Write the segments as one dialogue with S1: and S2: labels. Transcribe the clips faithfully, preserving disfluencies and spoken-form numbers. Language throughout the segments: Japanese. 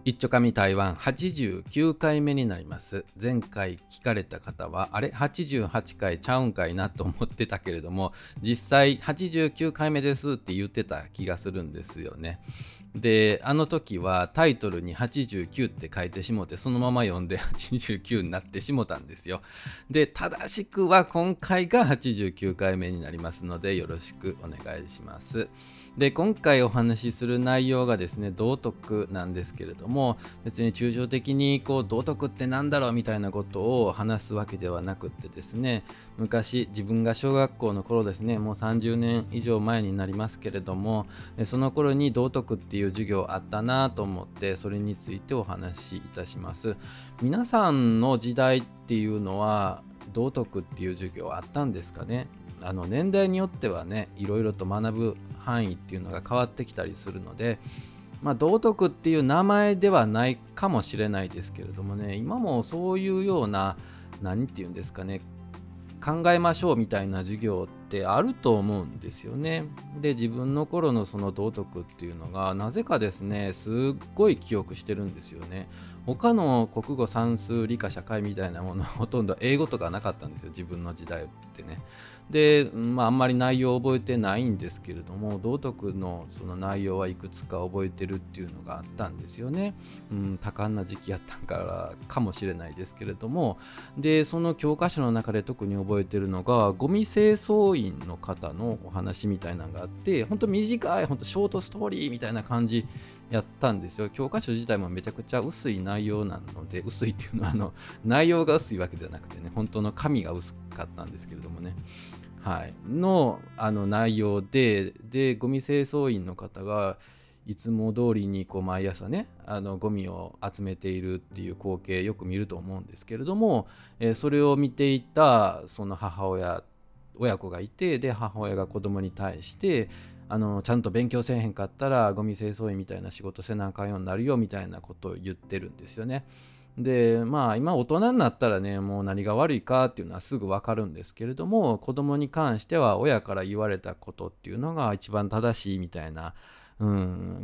S1: 一丁紙台湾はちじゅうきゅうかいめになります。前回聞かれた方はあれはちじゅうはちかいちゃうんかいなと思ってたけれども、実際はちじゅうきゅうかいめですって言ってた気がするんですよね。で、あの時はタイトルにはちじゅうきゅうって書いてしもて、そのまま読んではちじゅうきゅうになってしもたんですよ。で、正しくは今回がはちじゅうきゅうかいめになりますので、よろしくお願いします。で、今回お話しする内容がですね、道徳なんですけれども、別に抽象的にこう道徳ってなんだろうみたいなことを話すわけではなくってですね、昔自分が小学校の頃ですね、もうさんじゅうねん以上前になりますけれども、その頃に道徳っていう授業あったなと思って、それについてお話しいたします。皆さんの時代っていうのは道徳っていう授業あったんですかね。あの年代によってはね、いろいろと学ぶ範囲っていうのが変わってきたりするので、まあ、道徳っていう名前ではないかもしれないですけれどもね、今もそういうような、何て言うんですかね、考えましょうみたいな授業ってあると思うんですよね。で、自分の頃のその道徳っていうのがなぜかですね、すっごい記憶してるんですよね。他の国語算数理科社会みたいなものはほとんど英語とかなかったんですよ、自分の時代ってね。で、まあ、あんまり内容を覚えてないんですけれども、道徳のその内容はいくつか覚えてるっていうのがあったんですよね。うん、多感な時期やったからかもしれないですけれども、で、その教科書の中で特に覚えてるのが、ゴミ清掃員の方のお話みたいなのがあって、本当短い、本当ショートストーリーみたいな感じやったんですよ。教科書自体もめちゃくちゃ薄い内容なので、薄いっていうのはあの内容が薄いわけではなくてね、本当の紙が薄かったんですけれどもね。はい、の, あの内容で、で、ゴミ清掃員の方がいつも通りにこう毎朝ね、あのゴミを集めているっていう光景よく見ると思うんですけれども、えーそれを見ていたその母親親子がいて、で母親が子供に対してあのちゃんと勉強せえへんかったらゴミ清掃員みたいな仕事せなあかんようになるよみたいなことを言ってるんですよね。で、まあ今大人になったらね、もう何が悪いかっていうのはすぐ分かるんですけれども、子供に関しては親から言われたことっていうのが一番正しいみたいな、うん、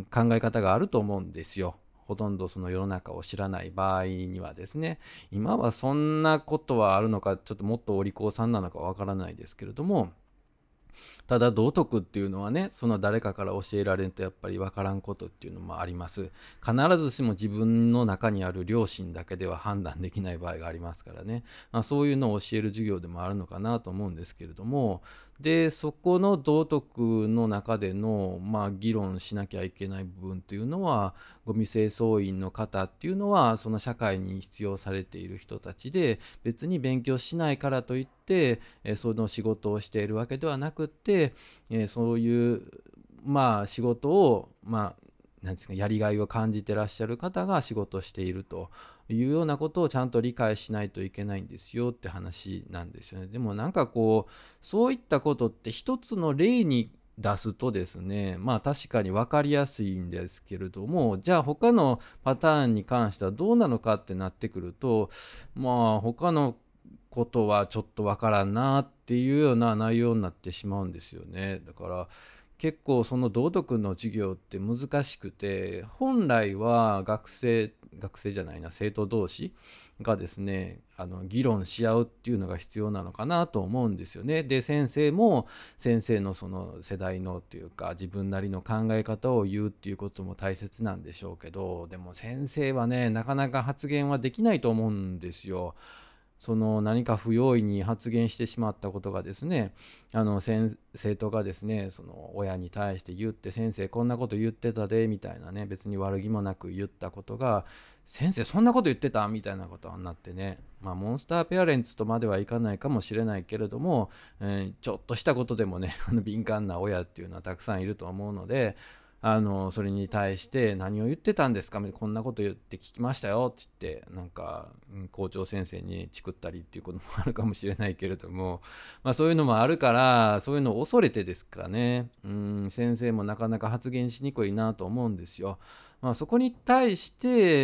S1: 考え方があると思うんですよ。ほとんどその世の中を知らない場合にはですね。今はそんなことはあるのか、ちょっともっとお利口さんなのかわからないですけれども、ただ道徳っていうのはね、その誰かから教えられるとやっぱり分からんことっていうのもあります。必ずしも自分の中にある良心だけでは判断できない場合がありますからね、まあ、そういうのを教える授業でもあるのかなと思うんですけれども、でそこの道徳の中での、まあ、議論しなきゃいけない部分というのは、ゴミ清掃員の方っていうのはその社会に必要されている人たちで、別に勉強しないからといってえその仕事をしているわけではなくって、えそういうまあ仕事をまあなんですか、やりがいを感じてらっしゃる方が仕事をしているというようなことをちゃんと理解しないといけないんですよって話なんですよね。でもなんかこう、そういったことって一つの例に出すとですね、まあ確かに分かりやすいんですけれども、じゃあ他のパターンに関してはどうなのかってなってくると、まあ他のことはちょっとわからんなっていうような内容になってしまうんですよね。だから結構その道徳の授業って難しくて、本来は学生学生じゃないな生徒同士がですね、あの議論し合うっていうのが必要なのかなと思うんですよね。で、先生も先生のその世代のっていうか自分なりの考え方を言うっていうことも大切なんでしょうけど、でも先生はね、なかなか発言はできないと思うんですよ。その何か不用意に発言してしまったことがですね、あの先生徒がですね、その親に対して言って、先生こんなこと言ってたでみたいなね、別に悪気もなく言ったことが、先生そんなこと言ってたみたいなことになってね、まあモンスターペアレンツとまではいかないかもしれないけれども、えーちょっとしたことでもね、あの敏感な親っていうのはたくさんいると思うので、あのそれに対して何を言ってたんですか、こんなこと言って聞きましたよって言って、なんか校長先生にチクったりっていうこともあるかもしれないけれども、まあ、そういうのもあるから、そういうのを恐れてですかね、うん先生もなかなか発言しにくいなと思うんですよ。 まあ、そこに対して、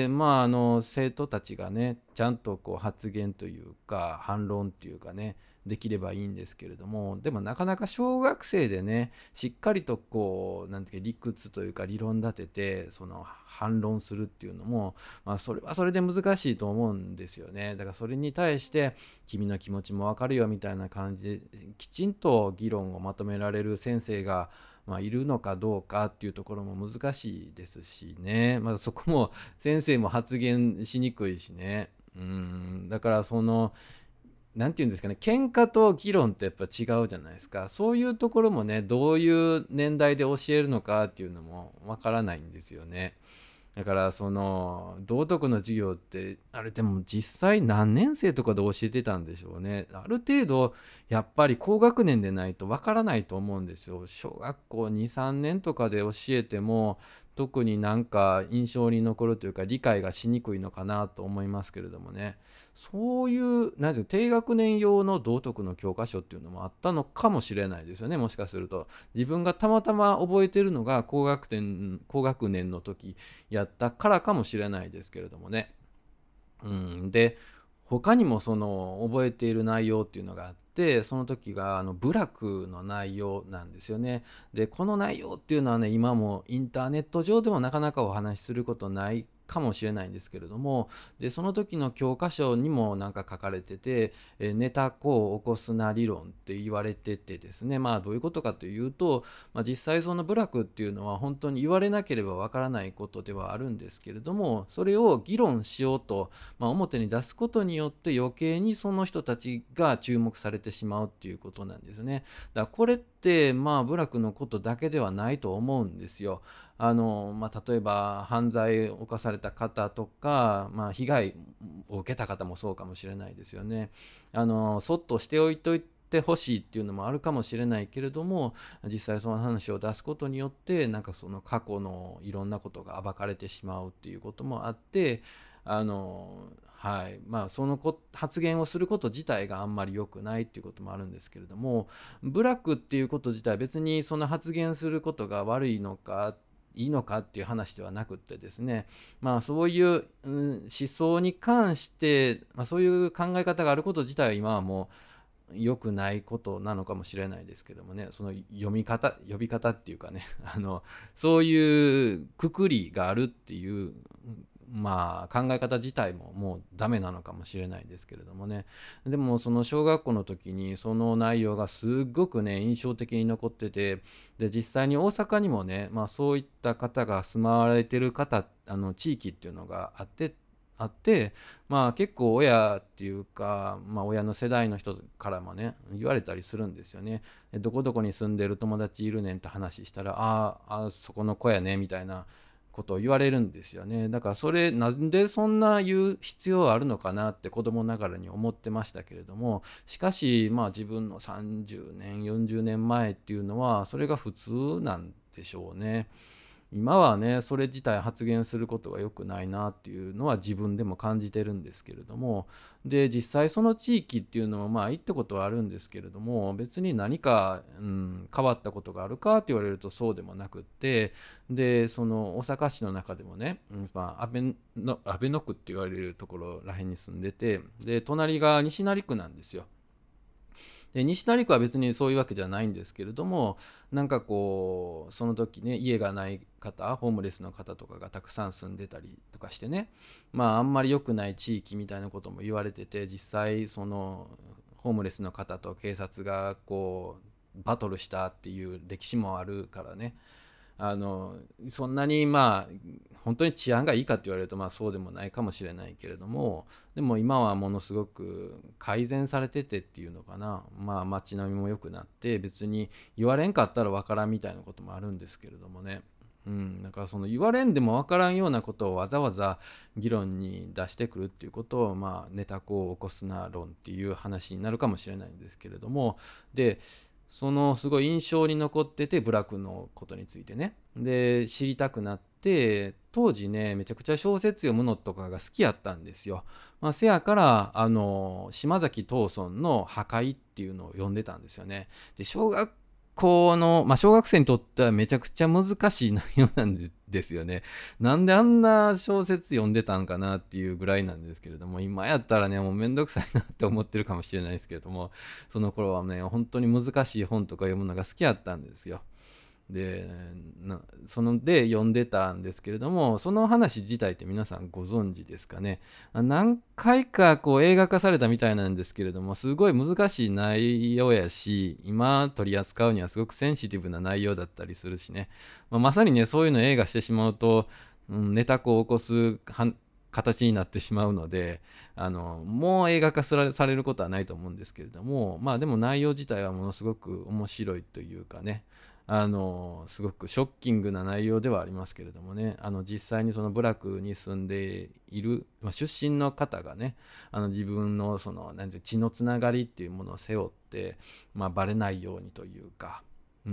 S1: まあ、あの生徒たちがねちゃんとこう発言というか反論というかねできればいいんですけれども、でもなかなか小学生でねしっかりとこうなんていうか理屈というか理論立ててその反論するっていうのも、まあ、それはそれで難しいと思うんですよね。だからそれに対して君の気持ちもわかるよみたいな感じできちんと議論をまとめられる先生がまあ、いるのかどうかっていうところも難しいですしね、まあ、そこも先生も発言しにくいしね。うんだからそのなんていうんですかね、喧嘩と議論ってやっぱ違うじゃないですか。そういうところもねどういう年代で教えるのかっていうのもわからないんですよね。だからその道徳の授業ってあれでも実際何年生とかで教えてたんでしょうね。ある程度やっぱり高学年でないとわからないと思うんですよ。小学校に、さんねんとかで教えても特になんか印象に残るというか理解がしにくいのかなと思いますけれどもね。そういうなんていう低学年用の道徳の教科書っていうのもあったのかもしれないですよね。もしかすると自分がたまたま覚えてるのが高学年高学年の時やったからかもしれないですけれどもね。うん、で他にもその覚えている内容っていうのがあって、その時があの部落の内容なんですよね。でこの内容っていうのはね今もインターネット上でもなかなかお話しすることないかもしれないんですけれども、でその時の教科書にもなんか書かれてて、えネタ項を起こすな理論って言われててですね、まあどういうことかというと、まあ、実際その部落っていうのは本当に言われなければわからないことではあるんですけれども、それを議論しようと、まあ、表に出すことによって余計にその人たちが注目されてしまうっていうことなんですね。だからこれってまあ部落のことだけではないと思うんですよ。あのまあ、例えば犯罪を犯された方とか、まあ、被害を受けた方もそうかもしれないですよね。あのそっとしておいといてほしいっていうのもあるかもしれないけれども、実際その話を出すことによってなんかその過去のいろんなことが暴かれてしまうっていうこともあって、あのはいまあ、そのこ発言をすること自体があんまり良くないっていうこともあるんですけれども、部落っていうこと自体別にその発言することが悪いのかいいのかっていう話ではなくってですね、まあそういう、うん、思想に関して、まあ、そういう考え方があること自体は今はもう良くないことなのかもしれないですけどもね、その読み方呼び方っていうかねあのそういうくくりがあるっていうまあ考え方自体ももうダメなのかもしれないですけれどもね。でもその小学校の時にその内容がすっごくね印象的に残ってて、で実際に大阪にもね、まあ、そういった方が住まわれてる方あの地域っていうのがあってあってまあ結構親っていうか、まあ、親の世代の人からもね言われたりするんですよね。どこどこに住んでる友達いるねんって話したら、ああそこの子やねみたいなことを言われるんですよね。だからそれなんでそんな言う必要あるのかなって子供ながらに思ってましたけれども、しかしまあ自分のさんじゅうねんよんじゅうねんまえっていうのはそれが普通なんでしょうね。今はねそれ自体発言することが良くないなっていうのは自分でも感じてるんですけれども、で実際その地域っていうのもまあ行ったことはあるんですけれども、別に何か、うん、変わったことがあるかって言われるとそうでもなくって、でその大阪市の中でもね、うんまあ、安倍の安倍野区って言われるところらへんに住んでて、で隣が西成区なんですよ。で西成区は別にそういうわけじゃないんですけれども、なんかこうその時ね家がない方ホームレスの方とかがたくさん住んでたりとかしてね、まああんまり良くない地域みたいなことも言われてて、実際そのホームレスの方と警察がこうバトルしたっていう歴史もあるからね、あのそんなにまあ本当に治安がいいかって言われるとまあそうでもないかもしれないけれども、でも今はものすごく改善されててっていうのかな、まあ街並みも良くなって別に言われんかったらわからんみたいなこともあるんですけれどもね。うん、だからその言われんでも分からんようなことをわざわざ議論に出してくるっていうことを、まあネタ項を起こすな論っていう話になるかもしれないんですけれども、でそのすごい印象に残ってて部落のことについてね、で知りたくなって、当時ねめちゃくちゃ小説読むのとかが好きやったんですよ。まあ、せやからあの島崎藤村の破壊っていうのを読んでたんですよね。で小学校の、まあ、小学生にとってはめちゃくちゃ難しい内容なんですよね。なんであんな小説読んでたんかなっていうぐらいなんですけれども、今やったらねもうめんどくさいなって思ってるかもしれないですけれども、その頃はね本当に難しい本とか読むのが好きやったんですよ。でなそので読んでたんですけれども、その話自体って皆さんご存知ですかね。何回かこう映画化されたみたいなんですけれども、すごい難しい内容やし、今取り扱うにはすごくセンシティブな内容だったりするしね、まあ、まさにねそういうの映画してしまうと、うん、ネタ子を起こす形になってしまうので、あのもう映画化されることはないと思うんですけれども、まあでも内容自体はものすごく面白いというかね、あのすごくショッキングな内容ではありますけれどもね、あの実際にその部落に住んでいる、まあ、出身の方がね、あの自分のそのなんて血のつながりっていうものを背負って、まあ、バレないようにというか、うん、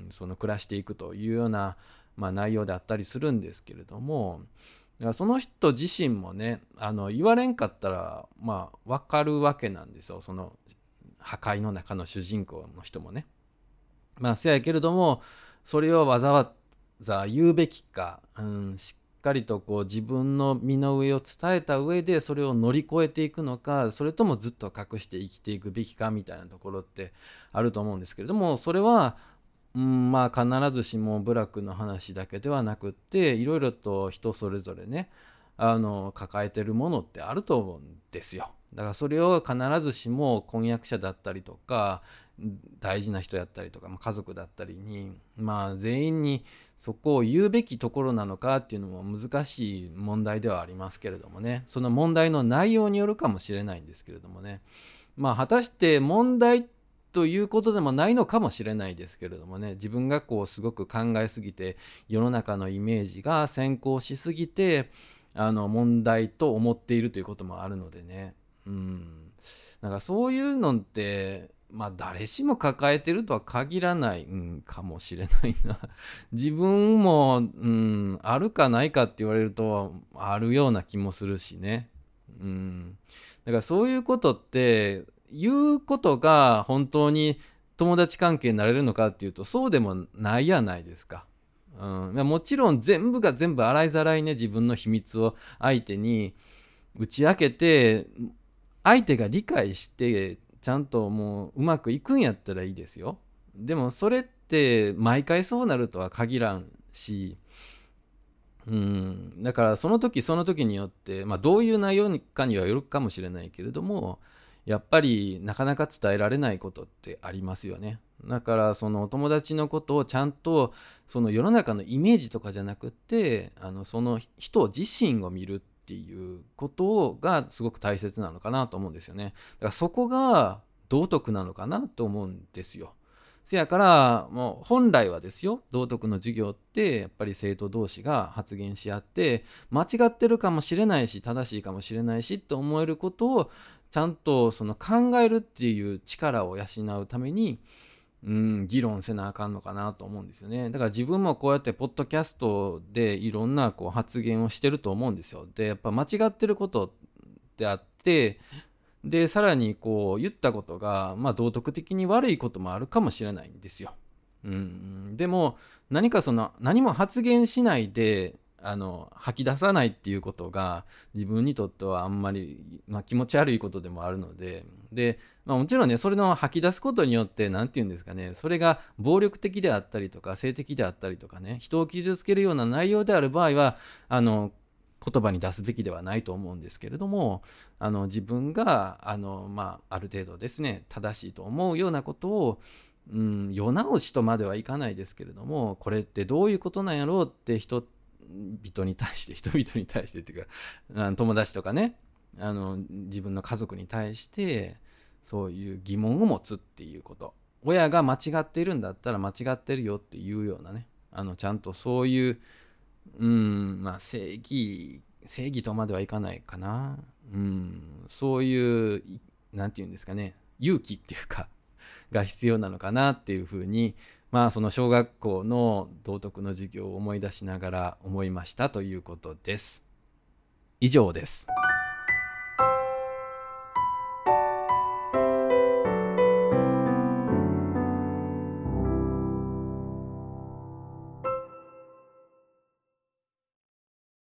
S1: その暮らしていくというような、まあ、内容であったりするんですけれども、だからその人自身もね、あの言われんかったらまあ分かるわけなんですよ、その破壊の中の主人公の人もね。まあせやけれども、それをわざわざ言うべきか、うん、しっかりとこう自分の身の上を伝えた上でそれを乗り越えていくのか、それともずっと隠して生きていくべきかみたいなところってあると思うんですけれども、それは、うん、まあ必ずしも部落の話だけではなくって、いろいろと人それぞれね、あの抱えてるものってあると思うんですよ。だからそれを必ずしも婚約者だったりとか大事な人やったりとか、まあ、家族だったりに、まあ、全員にそこを言うべきところなのかっていうのも難しい問題ではありますけれどもね、その問題の内容によるかもしれないんですけれどもね、まあ果たして問題ということでもないのかもしれないですけれどもね、自分がこうすごく考えすぎて世の中のイメージが先行しすぎてあの問題と思っているということもあるのでね、うん、なんかそういうのってまあ誰しも抱えてるとは限らない、うん、かもしれないな自分も、うん、あるかないかって言われるとあるような気もするしね、うん、だからそういうことって言うことが本当に友達関係になれるのかっていうとそうでもないやないですか。うん、もちろん全部が全部洗いざらいね自分の秘密を相手に打ち明けて相手が理解してちゃんともううまくいくんやったらいいですよ。でもそれって毎回そうなるとは限らんし、うん、だからその時その時によって、まあ、どういう内容かにはよるかもしれないけれども、やっぱりなかなか伝えられないことってありますよね。だからそのお友達のことをちゃんとその世の中のイメージとかじゃなくってあのその人自身を見るっていうことがすごく大切なのかなと思うんですよね。だからそこが道徳なのかなと思うんですよ。せやからもう本来はですよ、道徳の授業ってやっぱり生徒同士が発言し合って間違ってるかもしれないし正しいかもしれないしと思えることをちゃんとその考えるっていう力を養うために、うん、議論せなあかんのかなと思うんですよね。だから自分もこうやってポッドキャストでいろんなこう発言をしてると思うんですよ。でやっぱ間違ってることってあって、でさらにこう言ったことが、まあ、道徳的に悪いこともあるかもしれないんですよ。うん、でも何かその何も発言しないであの吐き出さないっていうことが自分にとってはあんまり、まあ、気持ち悪いことでもあるので、で、まあ、もちろんねそれの吐き出すことによって何て言うんですかね、それが暴力的であったりとか性的であったりとかね、人を傷つけるような内容である場合はあの言葉に出すべきではないと思うんですけれども、あの自分があの、まあ、ある程度ですね正しいと思うようなことを、うん、世直しとまではいかないですけれども、これってどういうことなんやろうって人々に対して人々に対してっていうか、あの友達とかね、あの自分の家族に対してそういう疑問を持つっていうこと、親が間違っているんだったら間違ってるよっていうようなね、あのちゃんとそういううんまあ正義正義とまではいかないかな、うん、そういうなんていうんですかね、勇気っていうかが必要なのかなっていうふうに、まあその小学校の道徳の授業を思い出しながら思いましたということです。以上です。